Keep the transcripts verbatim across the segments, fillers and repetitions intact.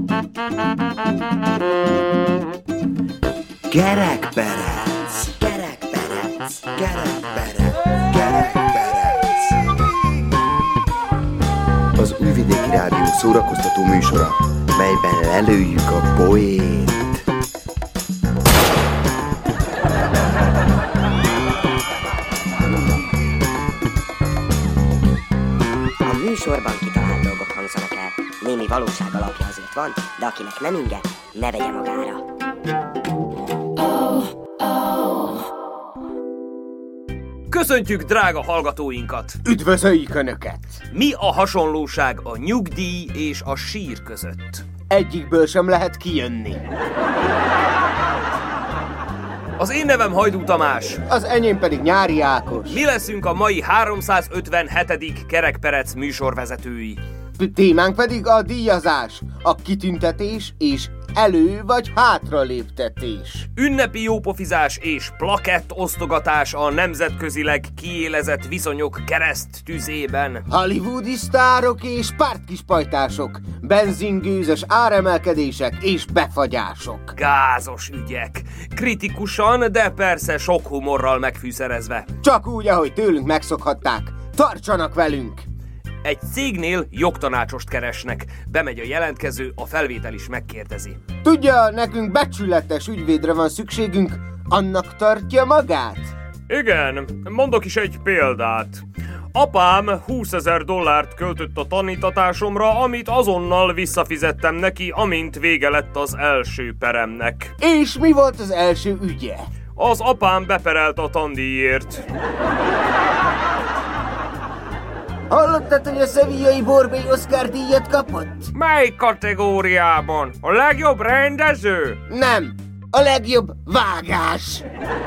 Kerekperec, kerekperec, kerekperec, kerekperec. Az Újvidéki Rádió szórakoztató műsora, melyben lelőjük a poént. A műsorban kitalált dolgok hangzanak el. Némi valóság alapja azért van, de akinek nem inge, ne vegye magára. Köszöntjük drága hallgatóinkat! Üdvözöljük Önöket! Mi a hasonlóság a nyugdíj és a sír között? Egyikből sem lehet kijönni. Az én nevem Hajdú Tamás. Az enyém pedig Nyári Ákos. Mi leszünk a mai háromszázötvenhetedik Kerekperec műsorvezetői. Témánk pedig a díjazás, a kitüntetés és elő- vagy hátraléptetés. Ünnepi jópofizás és plakett osztogatás a nemzetközileg kiélezett viszonyok kereszttüzében. Hollywoodi sztárok és pártkispajtások, benzingőzös áremelkedések és befagyások. Gázos ügyek. Kritikusan, de persze sok humorral megfűszerezve. Csak úgy, ahogy tőlünk megszokhatták. Tartsanak velünk! Egy cégnél jogtanácsost keresnek. Bemegy a jelentkező, a felvétel is megkérdezi. Tudja, nekünk becsületes ügyvédre van szükségünk, annak tartja magát? Igen, mondok is egy példát. Apám húszezer dollárt költött a tanítatásomra, amit azonnal visszafizettem neki, amint vége lett az első peremnek. És mi volt az első ügye? Az apám beperelt a tandíjért. Hallottad, hogy a szevillai Borbély Oscar díjat kapott? Mely kategóriában? A legjobb rendező? Nem, a legjobb vágás.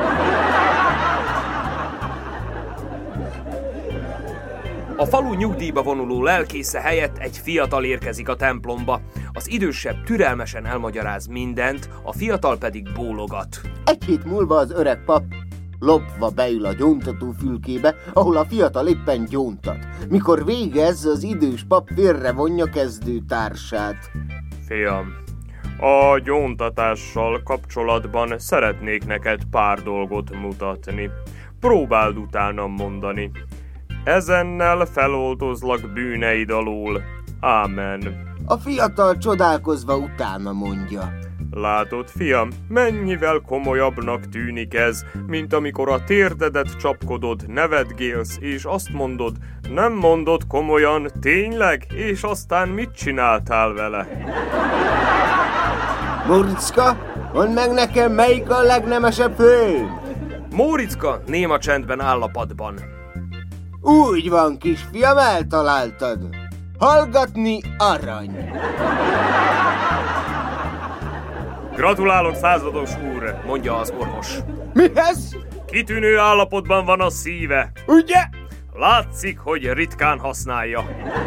A falu nyugdíjba vonuló lelkésze helyett egy fiatal érkezik a templomba. Az idősebb türelmesen elmagyaráz mindent, a fiatal pedig bólogat. Egy hét múlva az öreg pap lopva beül a gyóntató fülkébe, ahol a fiatal éppen gyóntat. Mikor végez, az idős pap félrevonja kezdőtársát. Fiam, a gyóntatással kapcsolatban szeretnék neked pár dolgot mutatni. Próbáld utána mondani. Ezennel feloldozlak bűneid alól. Ámen. A fiatal csodálkozva utána mondja. Látod, fiam, mennyivel komolyabbnak tűnik ez, mint amikor a térdedet csapkodod, nevetgélsz, és azt mondod, nem mondod komolyan, tényleg, és aztán mit csináltál vele? Móriczka, mondd meg nekem, melyik a legnemesebb főm? Móriczka néma csendben áll a padban. Úgy van, kisfiam, eltaláltad. Hallgatni arany. Gratulálok, százados úr, mondja az orvos. Mihez? Kitűnő állapotban van a szíve. Ugye? Látszik, hogy ritkán használja.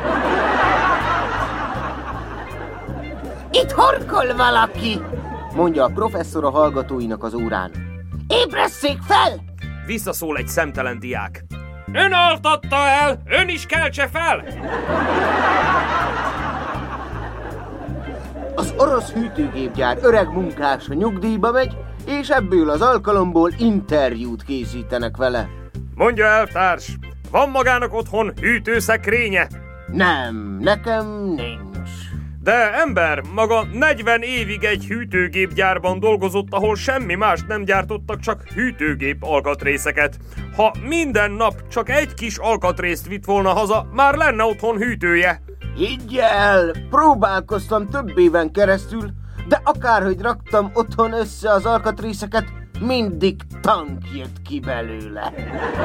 Itt horkol valaki, mondja a professzor a hallgatóinak az órán. Ébresszék fel! Visszaszól egy szemtelen diák. Ön altatta el, ön is keltse fel! Az orosz hűtőgépgyár öreg munkása nyugdíjba megy, és ebből az alkalomból interjút készítenek vele. Mondja el, társ, van magának otthon hűtőszekrénye? Nem, nekem nincs. De ember, maga negyven évig egy hűtőgépgyárban dolgozott, ahol semmi mást nem gyártottak, csak hűtőgép alkatrészeket. Ha minden nap csak egy kis alkatrészt vitt volna haza, már lenne otthon hűtője. Higgy el, próbálkoztam több éven keresztül, de akárhogy raktam otthon össze az alkatrészeket, mindig tank jött ki belőle.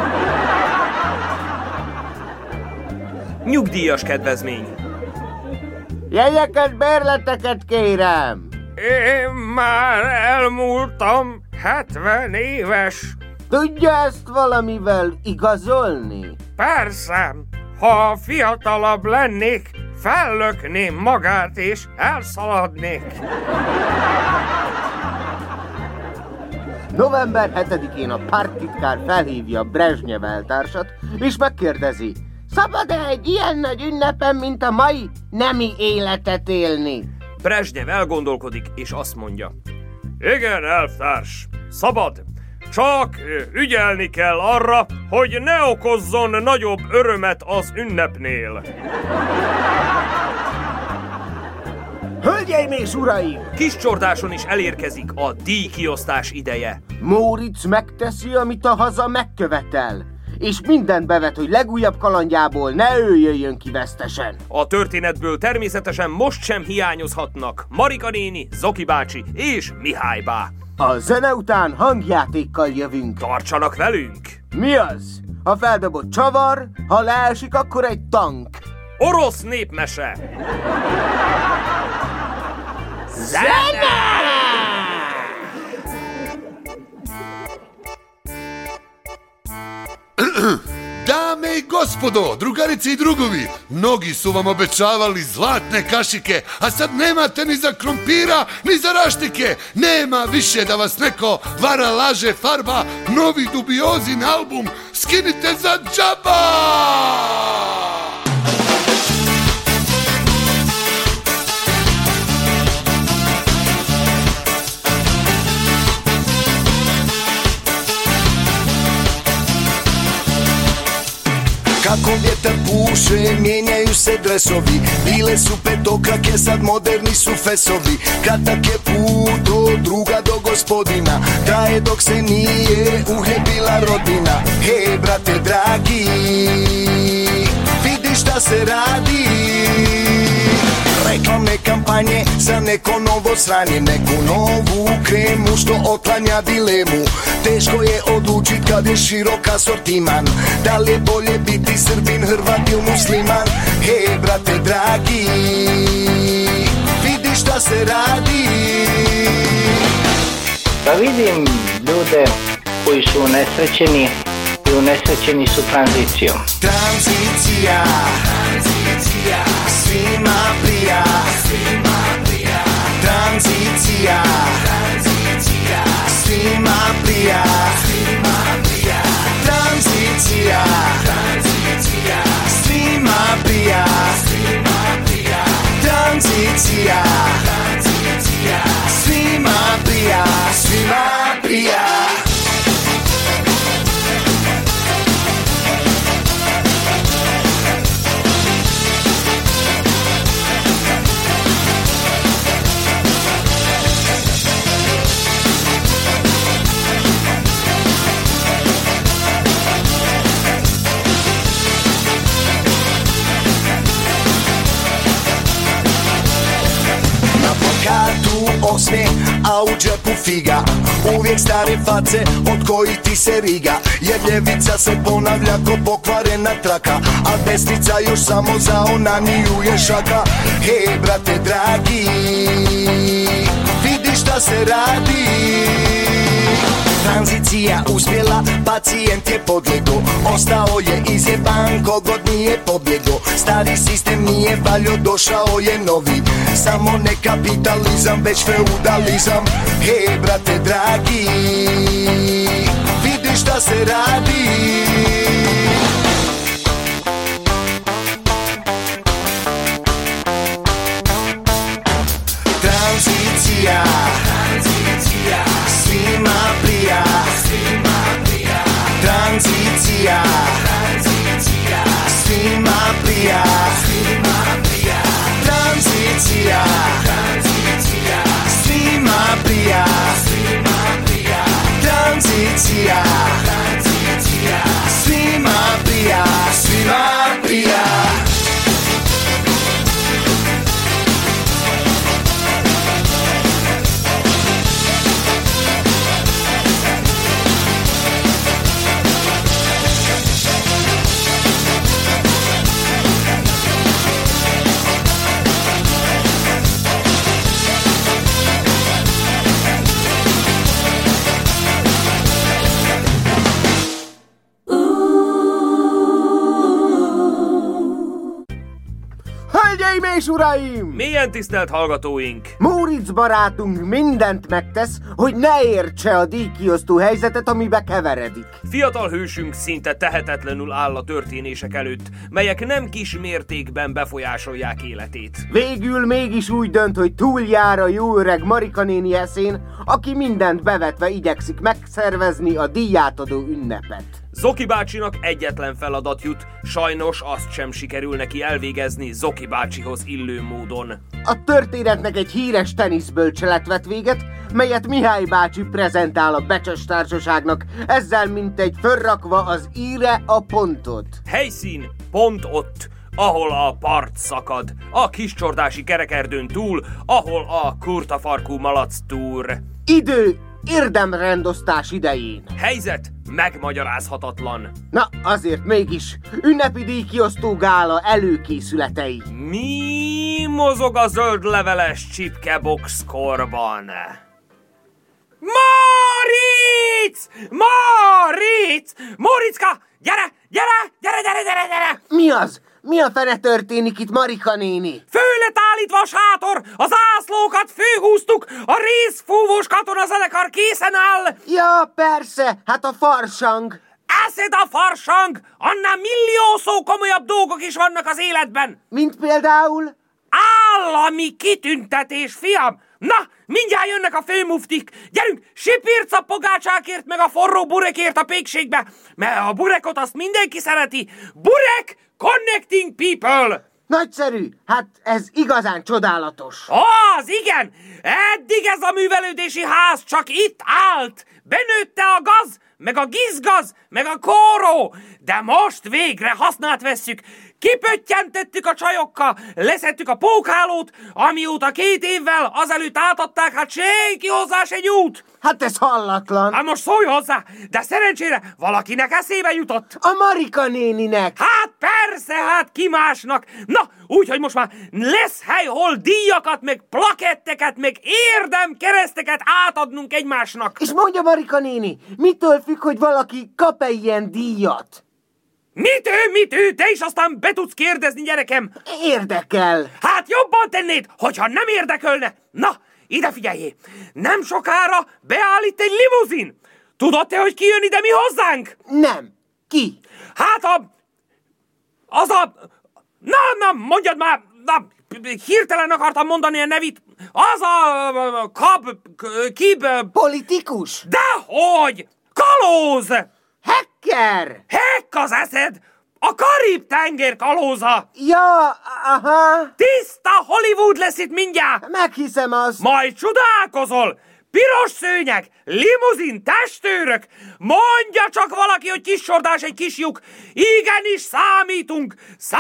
Nyugdíjas kedvezmény. Jegyeket, bérleteket kérem! Én már elmúltam, hetven éves. Tudja ezt valamivel igazolni? Persze, ha fiatalabb lennék, fellökném magát és elszaladnék. november hetedikén a párttitkár felhívja Brezsnyev eltársat, és megkérdezi, szabad-e egy ilyen nagy ünnepen, mint a mai, nemi életet élni? Brezsnyev elgondolkodik, és azt mondja: igen, elvtárs, szabad. Csak ügyelni kell arra, hogy ne okozzon nagyobb örömet az ünnepnél. Hölgyeim és uraim! Kiscsordáson is elérkezik a díjkiosztás ideje. Móricz megteszi, amit a haza megkövetel, és mindent bevet, hogy legújabb kalandjából ne ő jöjjön ki vesztesen. A történetből természetesen most sem hiányozhatnak Marika néni, Zoki bácsi és Mihály bá. A zene után hangjátékkal jövünk. Tartsanak velünk! Mi az? Ha feldobott csavar, ha leesik, akkor egy tank. Orosz népmese! Zene! Dame i gospodo, drugarice i drugovi, mnogi su vam obećavali zlatne kašike, a sad nemate ni za krompira, ni za raštike. Nema više da vas neko vara, laže, farba, novi dubiozin album skinite za džaba! Kako vjetar puše, mijenjaju se dresovi. Bile su petokrake, sad moderni su fesovi. Kratak je put od druga do gospodina, traje dok se nije uhljebila rodina. Hej, brate dragi, vidi šta se radi. Reklamne kampanje za neko novo sranje, neku novu kremu što otklanja dilemu. Teško je odlučit kad je širok asortiman, da li je bolje biti Srbin, Hrvat ili musliman. Hej, brate dragi, vidi šta se radi. Pa vidim ljude koji su unesrećeni i unesrećeni su tranzicijom. Tranzicija, tranzicija, svima prija, svima prija. Tranzicija, tranzicija, svima prija, svima prija. Tranzicija, tranzicija, svima prija, svima prija. Tranzicija, tranzicija, svima prija, svima prija. Osme, a u džepu figa, uvijek stare face od kojih ti se riga. Jer ljevica se ponavlja ko pokvarena traka, a desnica još samo za onaniju je šaka. Hej, brate dragi, vidi šta se radi. Tranzicija uspjela, pacijent je podlego, ostao je izjeban kogod nije pobjego. Stari sistem nije valjo, došao je novi, samo ne kapitalizam, već feudalizam. Hej, brate dragi, vidi šta se radi. Tranzicija, tranzicija, svima prija, svima prija. Tranzicija, tranzicija, svima prija, svima prija. Tranzicija, tranzicija, svima prija, svima prija. Tranzicija, tranzicija, svima prija, svima prija. Hölgyeim és uraim! Mélyen tisztelt hallgatóink! Móricz barátunk mindent megtesz, hogy ne értse a díjkiosztó helyzetet, amibe keveredik. Fiatal hősünk szinte tehetetlenül áll a történések előtt, melyek nem kis mértékben befolyásolják életét. Végül mégis úgy dönt, hogy túljár a jó öreg Marika néni eszén, aki mindent bevetve igyekszik megszervezni a díjátadó ünnepet. Zoki bácsinak egyetlen feladat jut, sajnos azt sem sikerül neki elvégezni Zoki bácsihoz illő módon. A történetnek egy híres teniszbölcselet vett véget, melyet Mihály bácsi prezentál a Becses Társaságnak, ezzel mintegy fölrakva az íre a pontot. Helyszín pont ott, ahol a part szakad, a kiscsordási kerekerdőn túl, ahol a kurtafarkú malac túr. Idő érdemrendosztás idején. Helyzet megmagyarázhatatlan. Na, azért mégis ünnepi díjkiosztó gála előkészületei. Mi mozog a zöld leveles csipke boxkorban? Móricz! Móricz! Móricka! Gyere! Gyere! Gyere, gyere, gyere, gyere! Mi az? Mi a fene történik itt, Marika néni? Fő lett állítva a sátor, az zászlókat főhúztuk, a részfúvós katonazenekar készen áll. Ja, persze, hát a farsang. Eszed a farsang! Annál milliószó komolyabb dolgok is vannak az életben. Mint például? Állami kitüntetés, fiam! Na, mindjárt jönnek a főmuftik. Gyerünk, sipirca pogácsákért meg a forró burekért a pékségbe, mert a burekot azt mindenki szereti. Burek connecting people! Nagyszerű, hát ez igazán csodálatos. Az, igen! Eddig ez a művelődési ház csak itt állt. Benőtte a gaz, meg a gizgaz, meg a kóró. De most végre hasznát vesszük. Kipöttyentettük a csajokkal, leszettük a pókhálót, amióta két évvel azelőtt átadták, hát senki hozzá se nyújt. Hát ez hallatlan. Hát most szólj hozzá, de szerencsére valakinek eszébe jutott. A Marika néninek. Hát persze, hát ki másnak. Na, úgyhogy most már lesz hely, hol díjakat, meg plaketteket, meg érdemkereszteket átadnunk egymásnak. És mondja, Marika néni, mitől függ, hogy valaki kap-e ilyen díjat? Mit ő, mit ő, te is aztán be tudsz kérdezni, gyerekem? Érdekel. Hát jobban tennéd, hogyha nem érdekelne. Na, ide figyeljé, nem sokára beállít egy limuzin. Tudod te, hogy ki jön ide mi hozzánk? Nem. Ki? Hát a... Az a... Na, na, mondjad már, na, hirtelen akartam mondani a nevét. Az a... Kab... Kib... Politikus? Dehogy! Kalóz! Hacker! Hekk az eszed! A Karib-tenger kalóza! Ja, aha. Tiszta Hollywood lesz itt mindjárt! Meghiszem azt. Majd csodálkozol! Piros szőnyeg, limuzin, testőrök! Mondja csak valaki, hogy kisordás egy kis lyuk! Igenis számítunk!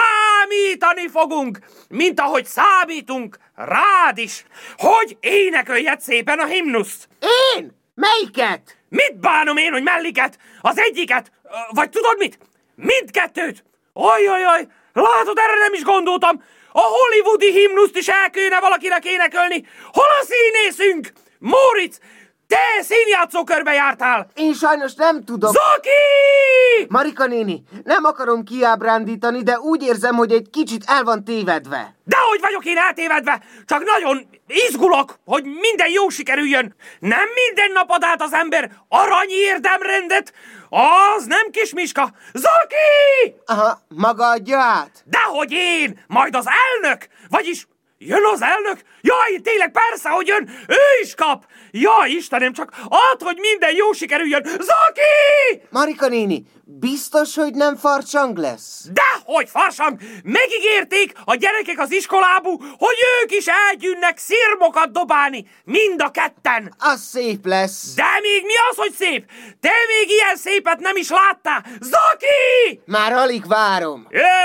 Számítani fogunk! Mint ahogy számítunk rád is! Hogy éneköljed szépen a himnuszt! Én? Melyiket? Mit bánom én, hogy melliket? Az egyiket? Vagy tudod mit? Mindkettőt? Ajajaj, látod, erre nem is gondoltam. A hollywoodi himnuszt is el kéne valakinek énekelni. Hol a színészünk? Móricz, te színjátszókörbe jártál. Én sajnos nem tudok. Zoki! Marika néni, nem akarom kiábrándítani, de úgy érzem, hogy egy kicsit el van tévedve. Dehogy vagyok én eltévedve, csak nagyon izgulok, hogy minden jó sikerüljön. Nem minden nap ad át az ember arany érdemrendet, az nem kismiska. Zoki! Aha, maga adja át? Dehogy én, majd az elnök, vagyis jön az elnök? Jaj, tényleg persze, hogy jön, ő is kap. Jaj, Istenem, csak add, hogy minden jó sikerüljön. Zoki! Marika néni, biztos, hogy nem farsang lesz? Dehogy farsang! Megígérték a gyerekek az iskolából, hogy ők is elgyűnnek szirmokat dobálni. Mind a ketten. Az szép lesz. De még mi az, hogy szép? Te még ilyen szépet nem is láttál. Zoki! Már alig várom.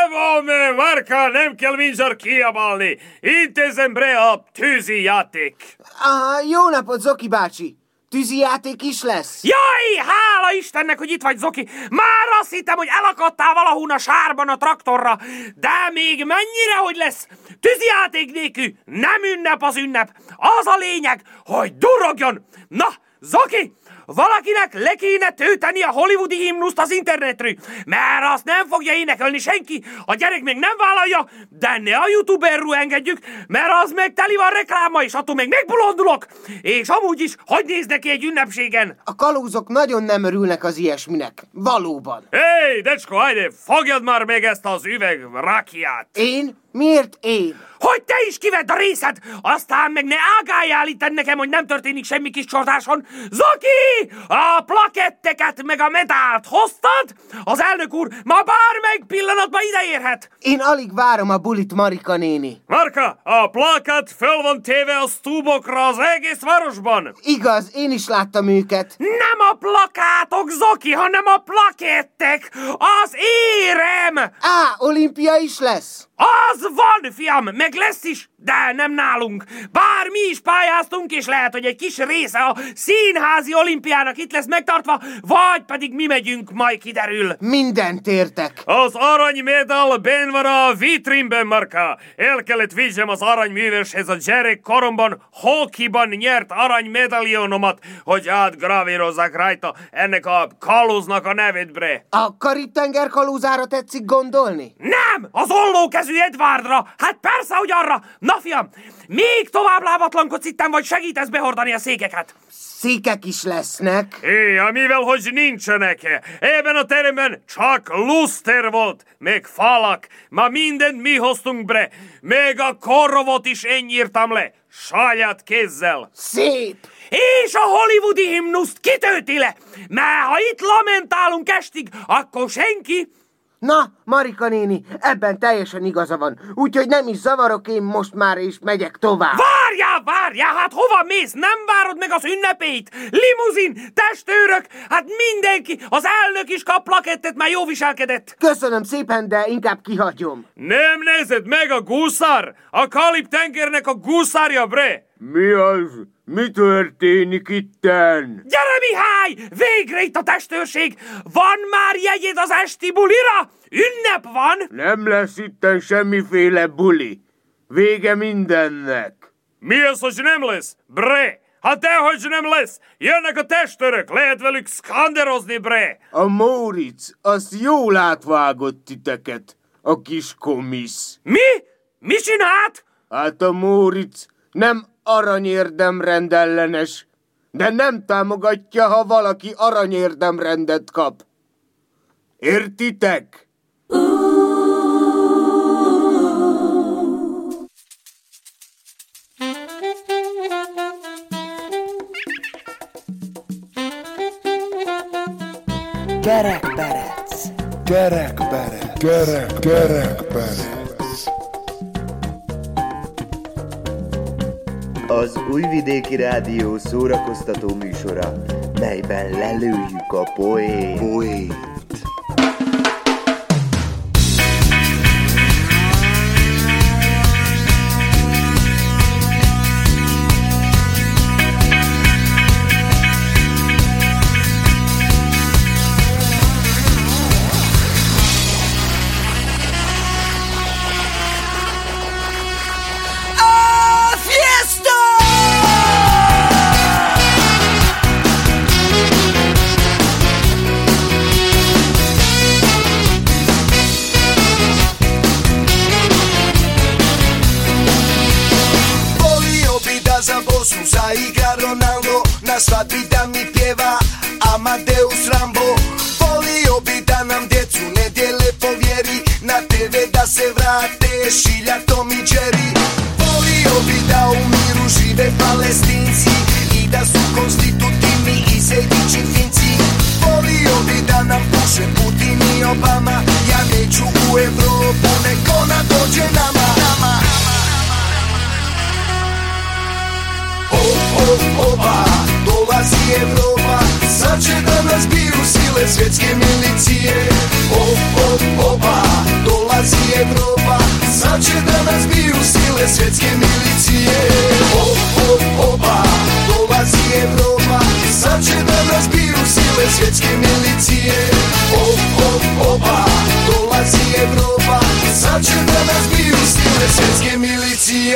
Jövő, Marka, nem kell mindjárt kiabálni. Intézem bre a tűzi játék. Aha, jó napot, Zoki bácsi. Tűzijáték is lesz? Jaj, hála Istennek, hogy itt vagy, Zoki. Már azt hittem, hogy elakadtál valahol a sárban a traktorra. De még mennyire, hogy lesz? Tűzijáték nélkül nem ünnep az ünnep. Az a lényeg, hogy durogjon. Na, Zoki, valakinek le kéne tölteni a hollywoodi himnuszt az internetről, mert azt nem fogja énekelni senki, a gyerek még nem vállalja, de ne a youtuberről engedjük, mert az meg teli van rekláma, és attól még megbulondulok, és amúgy is, hogy néz neki egy ünnepségen? A kalózok nagyon nem örülnek az ilyesminek. Valóban. Hé, hey, decsko, hajde, fogjad már meg ezt az üveg rakiát. Én? Miért én? Hogy te is kivedd a részed, aztán meg ne ágáljál itt nekem, hogy nem történik semmi kis csordáson. Zoki! A plaketteket meg a medált hoztad? Az elnök úr ma bármelyik pillanatban ideérhet. Én alig várom a bulit, Marika néni. Marka, a plakát föl van téve a sztúbokra az egész városban. Igaz, én is láttam őket. Nem a plakátok, Zoki, hanem a plakettek. Az érem! Á, olimpia is lesz. Az van, fiam, meg lesz is, de nem nálunk. Bár mi is pályáztunk, és lehet, hogy egy kis része a színházi olimpiának itt lesz megtartva, vagy pedig mi megyünk, majd kiderül. Mindent értek. Az aranymédal benn van a vitrínben, Marka. El kellett vigyem az aranyműveshez a gyerek koromban, hokiban nyert aranymedalionomat, hogy átgravírozzák rajta ennek a kalóznak a nevét, bre. A Karib-tenger kalózára tetszik gondolni? Nem! Az ollókezű Edwardra! Hát persze, hogy arra! Na, fiam, még tovább lábatlankodsz itten, vagy segítesz behordani a székeket? Székek is lesznek. É, amivel, hogy nincsenek. Ebben a teremben csak luszter volt, meg falak. Ma mindent mi hoztunk bre. Még a korrovot is én írtam le. Saját kézzel. Szép! És a hollywoodi himnuszt kitölti le. Mert ha itt lamentálunk estig, akkor senki... Na, Marika néni, ebben teljesen igaza van. Úgyhogy nem is zavarok én most már, és megyek tovább. Várjál, várjál, hát hova mész? Nem várod meg az ünnepét? Limuzin, testőrök, hát mindenki, az elnök is kap plakettet, már jó viselkedett. Köszönöm szépen, de inkább kihagyom. Nem nézed meg a gúszár? A Karib-tengernek a gúszárja, bre? Mi az? Mi történik itten? Gyere, Mihály! Végre itt a testőrség! Van már jegyed az esti bulira? Ünnep van! Nem lesz itten semmiféle buli. Vége mindennek. Mi az, hogy nem lesz? Bre! Hát dehogy nem lesz! Jönnek a testőrök! Lehet velük szkanderozni, bre! A Móricz, az jól átvágott titeket, a kis komisz. Mi? Mi csinált? Hát a Móricz nem aranyérdemrendellenes, de nem támogatja, ha valaki aranyérdemrendet kap. Értitek? Kerekperec. Kerekperec. Kerek, kerekperec. Az Újvidéki Rádió szórakoztató műsora, melyben lelőjük a poét. Poét. Zaigra Ronaldo, na svadbi da mi pjeva Amadeus Rambo. Volio bi da nam djecu nedjelje po vjeri, na te ve da se vrate Šilja, Tom i Jerry. Volio bi da u miru žive Palestinci i da su konstitutivni i Sejdić i Finci. Volio bi da nam puše Putin i Obama, ja neću u Evropu, nek ona dođe nama, nama. Oh, oba, dolazi Evropa, sad će da nas biju sile svjetske milicije. Oh, oh, oba, dolazi Evropa, sad će da nas biju sile svjetske milicije. Oh, oh, oba, dolazi Evropa, sad će da nas biju sile svjetske milicije. Oh, oh, oba, dolazi Evropa, sad će da nas biju sile svjetske milicije.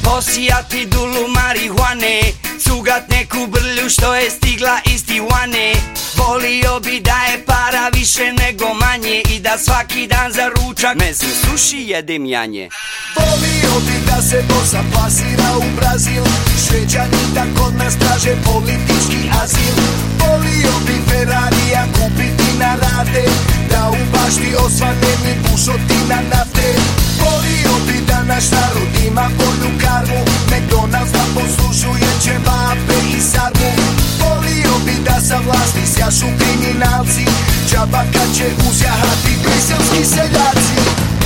posijati dulu marihuane, cugat neku brlju što je stigla iz Tijuane. Volio bi da je para više nego manje i da svaki dan za ručak mezim suši jedem janje. Volio bi da se Bosa plasira u Brazil, Šveđani da kod nas traže politički azil. Volio bi Ferrarija kupiti na rate, da u bašti osvane mi bušotina nafte. Volio bi da naš narod ima bolju karmu, McDonald's da poslušuje ćevape i sarmu. Volio bi da sa vlasti sjašu kriminalci, džaba kad će uzjahati briselski seljaci.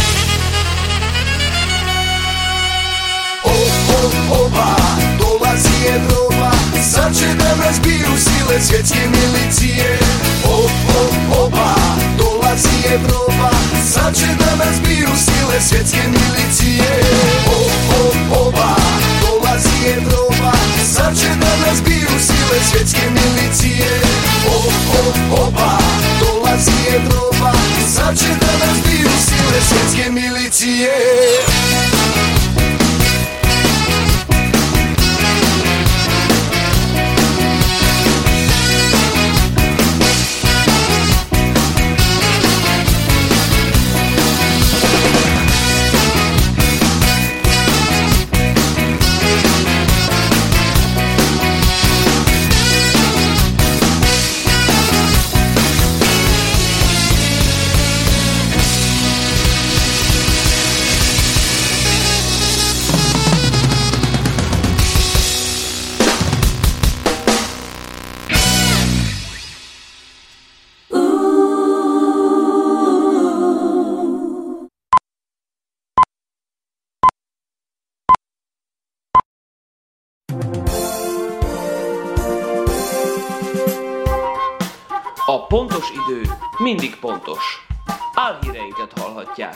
Oba, dolazi Evropa, sad će da nas biju sile svjetske milicije. Oba, dolazi Evropa, sad će da nas biju sile svjetske milicije. Oba, dolazi Evropa, sad će da nas biju sile svjetske milicije. Oba, dolazi Evropa, sad će da nas biju sile svjetske milicije. A pontos idő mindig pontos. Álhíreinket hallhatják.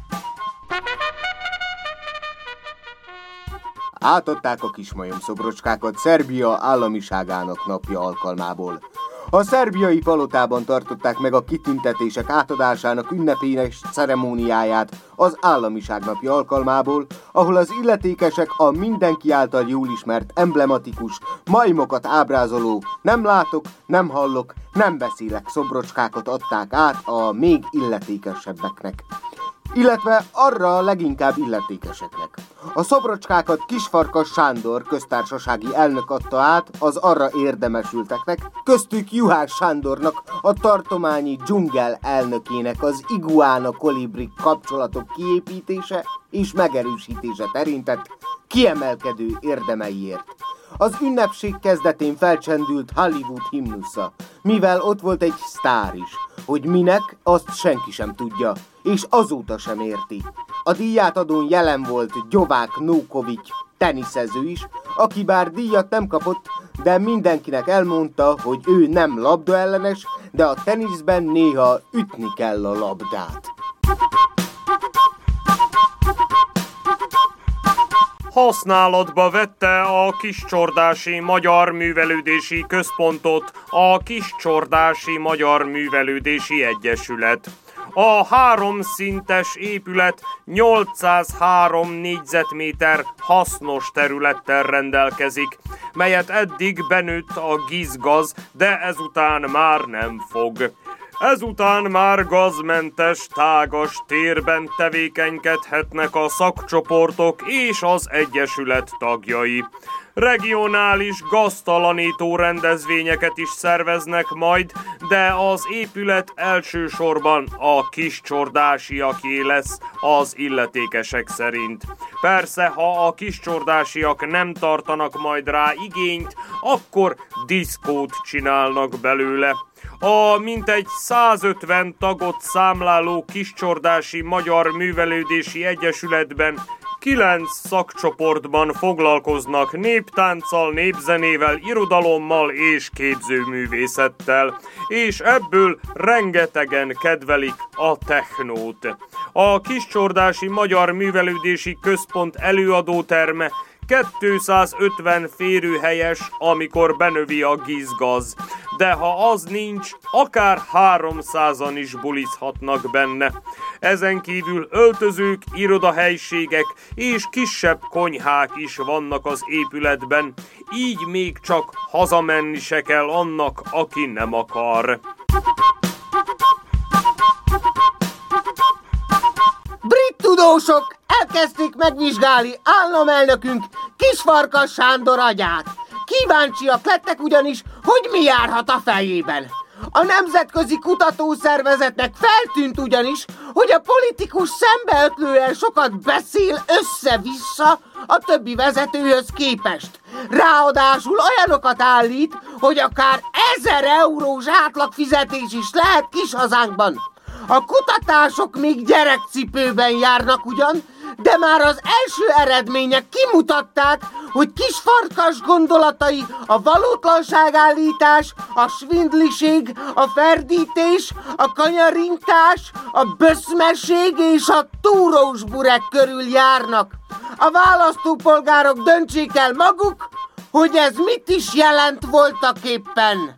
Átadták a kismajom szobrocskákat Szerbia államiságának napja alkalmából. A szerbiai palotában tartották meg a kitüntetések átadásának ünnepélyes ceremóniáját az államiság napja alkalmából, ahol az illetékesek a mindenki által jól ismert emblematikus, majmokat ábrázoló, nem látok, nem hallok, nem beszélek szobrocskákat adták át a még illetékesebbeknek. Illetve arra a leginkább illetékeseknek. A szobrocskákat Kisfarkas Sándor köztársasági elnök adta át az arra érdemesülteknek, köztük Juhász Sándornak, a tartományi dzsungel elnökének az iguána-kolibri kapcsolatok kiépítése és megerősítése terintett kiemelkedő érdemeiért. Az ünnepség kezdetén felcsendült Hollywood himnusza, mivel ott volt egy sztár is. Hogy minek, azt senki sem tudja, és azóta sem érti. A díjátadón jelen volt Gyovák Nókovics teniszező is, aki bár díjat nem kapott, de mindenkinek elmondta, hogy ő nem labdaellenes, de a teniszben néha ütni kell a labdát. Használatba vette a Kiscsordási Magyar Művelődési Központot a Kiscsordási Magyar Művelődési Egyesület. A háromszintes épület nyolcszázhárom négyzetméter hasznos területtel rendelkezik, melyet eddig benőtt a gizgaz, de ezután már nem fog. Ezután már gazmentes, tágas térben tevékenykedhetnek a szakcsoportok és az egyesület tagjai. Regionális gaztalanító rendezvényeket is szerveznek majd, de az épület elsősorban a kiscsordásiaké lesz az illetékesek szerint. Persze, ha a kiscsordásiak nem tartanak majd rá igényt, akkor diszkót csinálnak belőle. A mintegy százötven tagot számláló Kiscsordási Magyar Művelődési Egyesületben kilenc szakcsoportban foglalkoznak néptánccal, népzenével, irodalommal és képzőművészettel, és ebből rengetegen kedvelik a technót. A Kiscsordási Magyar Művelődési Központ előadóterme kétszázötven férőhelyes, amikor benövi a gizgaz. de ha az nincs, akár háromszázan is bulizhatnak benne. Ezen kívül öltözők, irodahelyiségek és kisebb konyhák is vannak az épületben, így még csak hazamenni se kell annak, aki nem akar. Brit tudósok elkezdték megvizsgálni államelnökünk Kisfarkas Sándor agyát. Kíváncsiak lettek ugyanis, hogy mi járhat a fejében. A Nemzetközi Kutatószervezetnek feltűnt ugyanis, hogy a politikus szembeötlően sokat beszél össze-vissza a többi vezetőhöz képest. Ráadásul olyanokat állít, hogy akár ezer eurós átlagfizetés is lehet kis hazánkban. A kutatások még gyerekcipőben járnak ugyan, de már az első eredmények kimutatták, hogy Kisfarkas gondolatai a valótlanságállítás, a svindliség, a ferdítés, a kanyarintás, a böszmesség és a túrós burek körül járnak. A választópolgárok döntsék el maguk, hogy ez mit is jelent voltaképpen.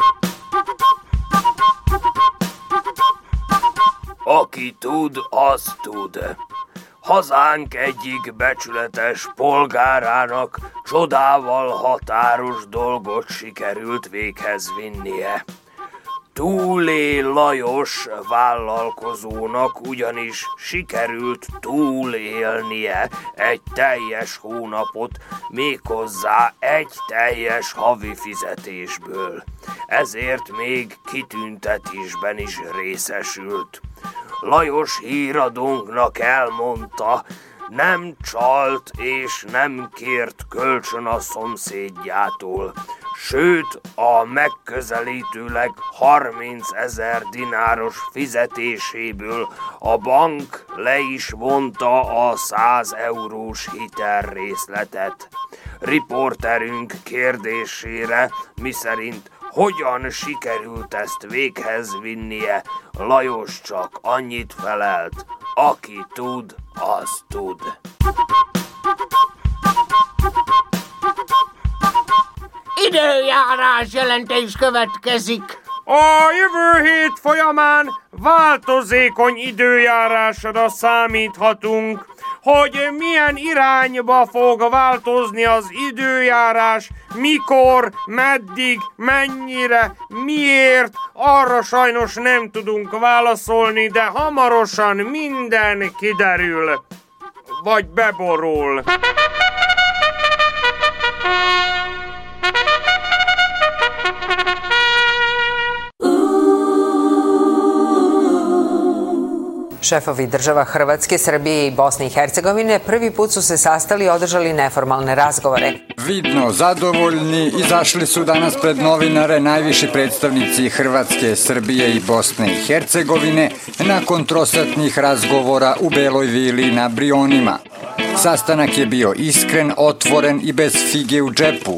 Aki tud, az tud. Hazánk egyik becsületes polgárának csodával határos dolgot sikerült véghez vinnie. Túlé Lajos vállalkozónak ugyanis sikerült túlélnie egy teljes hónapot, méghozzá egy teljes havi fizetésből. Ezért még kitüntetésben is részesült. Lajos híradónknak elmondta, nem csalt és nem kért kölcsön a szomszédjától, sőt a megközelítőleg harmincezer dináros fizetéséből a bank le is vonta a száz eurós hitelrészletet. Riporterünk kérdésére, miszerint hogyan sikerült ezt véghez vinnie, Lajos csak annyit felelt, aki tud, az tud. Időjárás jelentés következik. A jövő hét folyamán változékony időjárásra számíthatunk. Hogy milyen irányba fog változni az időjárás, mikor, meddig, mennyire, miért, arra sajnos nem tudunk válaszolni, de hamarosan minden kiderül, vagy beborul. Šefovi država Hrvatske, Srbije i Bosne i Hercegovine prvi put su se sastali i održali neformalne razgovore. Vidno zadovoljni izašli su danas pred novinare najviši predstavnici Hrvatske, Srbije i Bosne i Hercegovine nakon trosatnih razgovora u Beloj vili na Brionima. Sastanak je bio iskren, otvoren i bez fige u džepu.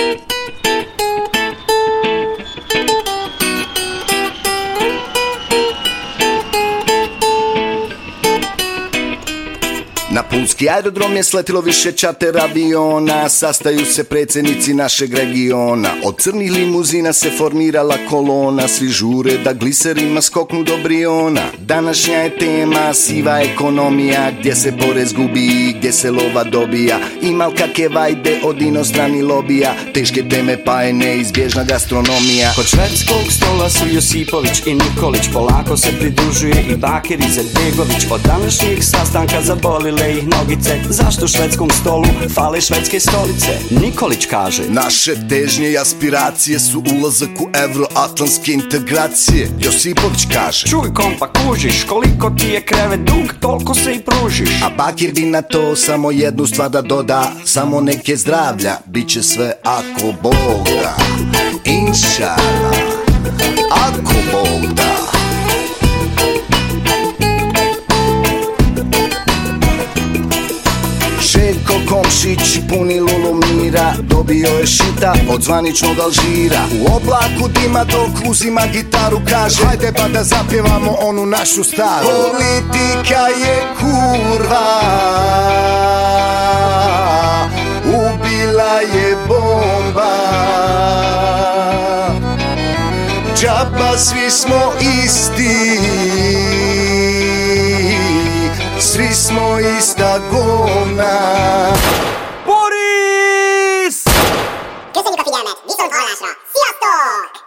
Na pulski aerodrom je sletilo više čarter aviona, sastaju se predsjednici našeg regiona. Od crnih limuzina se formirala kolona, svi žure da gliserima skoknu do Briona. Današnja je tema siva ekonomija, gdje se porez gubi, gdje se lova dobija. Imal kakve vajde od inostrani lobija, teške teme pa je neizbježna gastronomija. Kod švedskog stola su Josipović i Nikolić, polako se pridružuje i Bakir Izetbegović. Od današnjeg sastanka zabolile ih nogice, zašto švedskom stolu fale švedske stolice? Nikolić kaže, naše težnje i aspiracije su ulazak u euroatlantske integracije. Josipović kaže, čuj kompa kužiš, koliko ti je krevet dug, toliko se i pružiš. A Bakir bi na to samo jednu stvar da doda, samo neke zdravlja, bit će sve ako Bog da. Inšala, ako Bog da. Željko Komšić puni Lulumira, dobio je šita od zvaničnog Alžira. U oblaku dima dok uzima gitaru kaže, hajde pa da zapjevamo onu našu staru. Politika je kurva, ubila je bomba. svi smo isti, svi smo ista govna. Boris! Köszönjük a figyelmet, viszont hallásra! Sziasztok!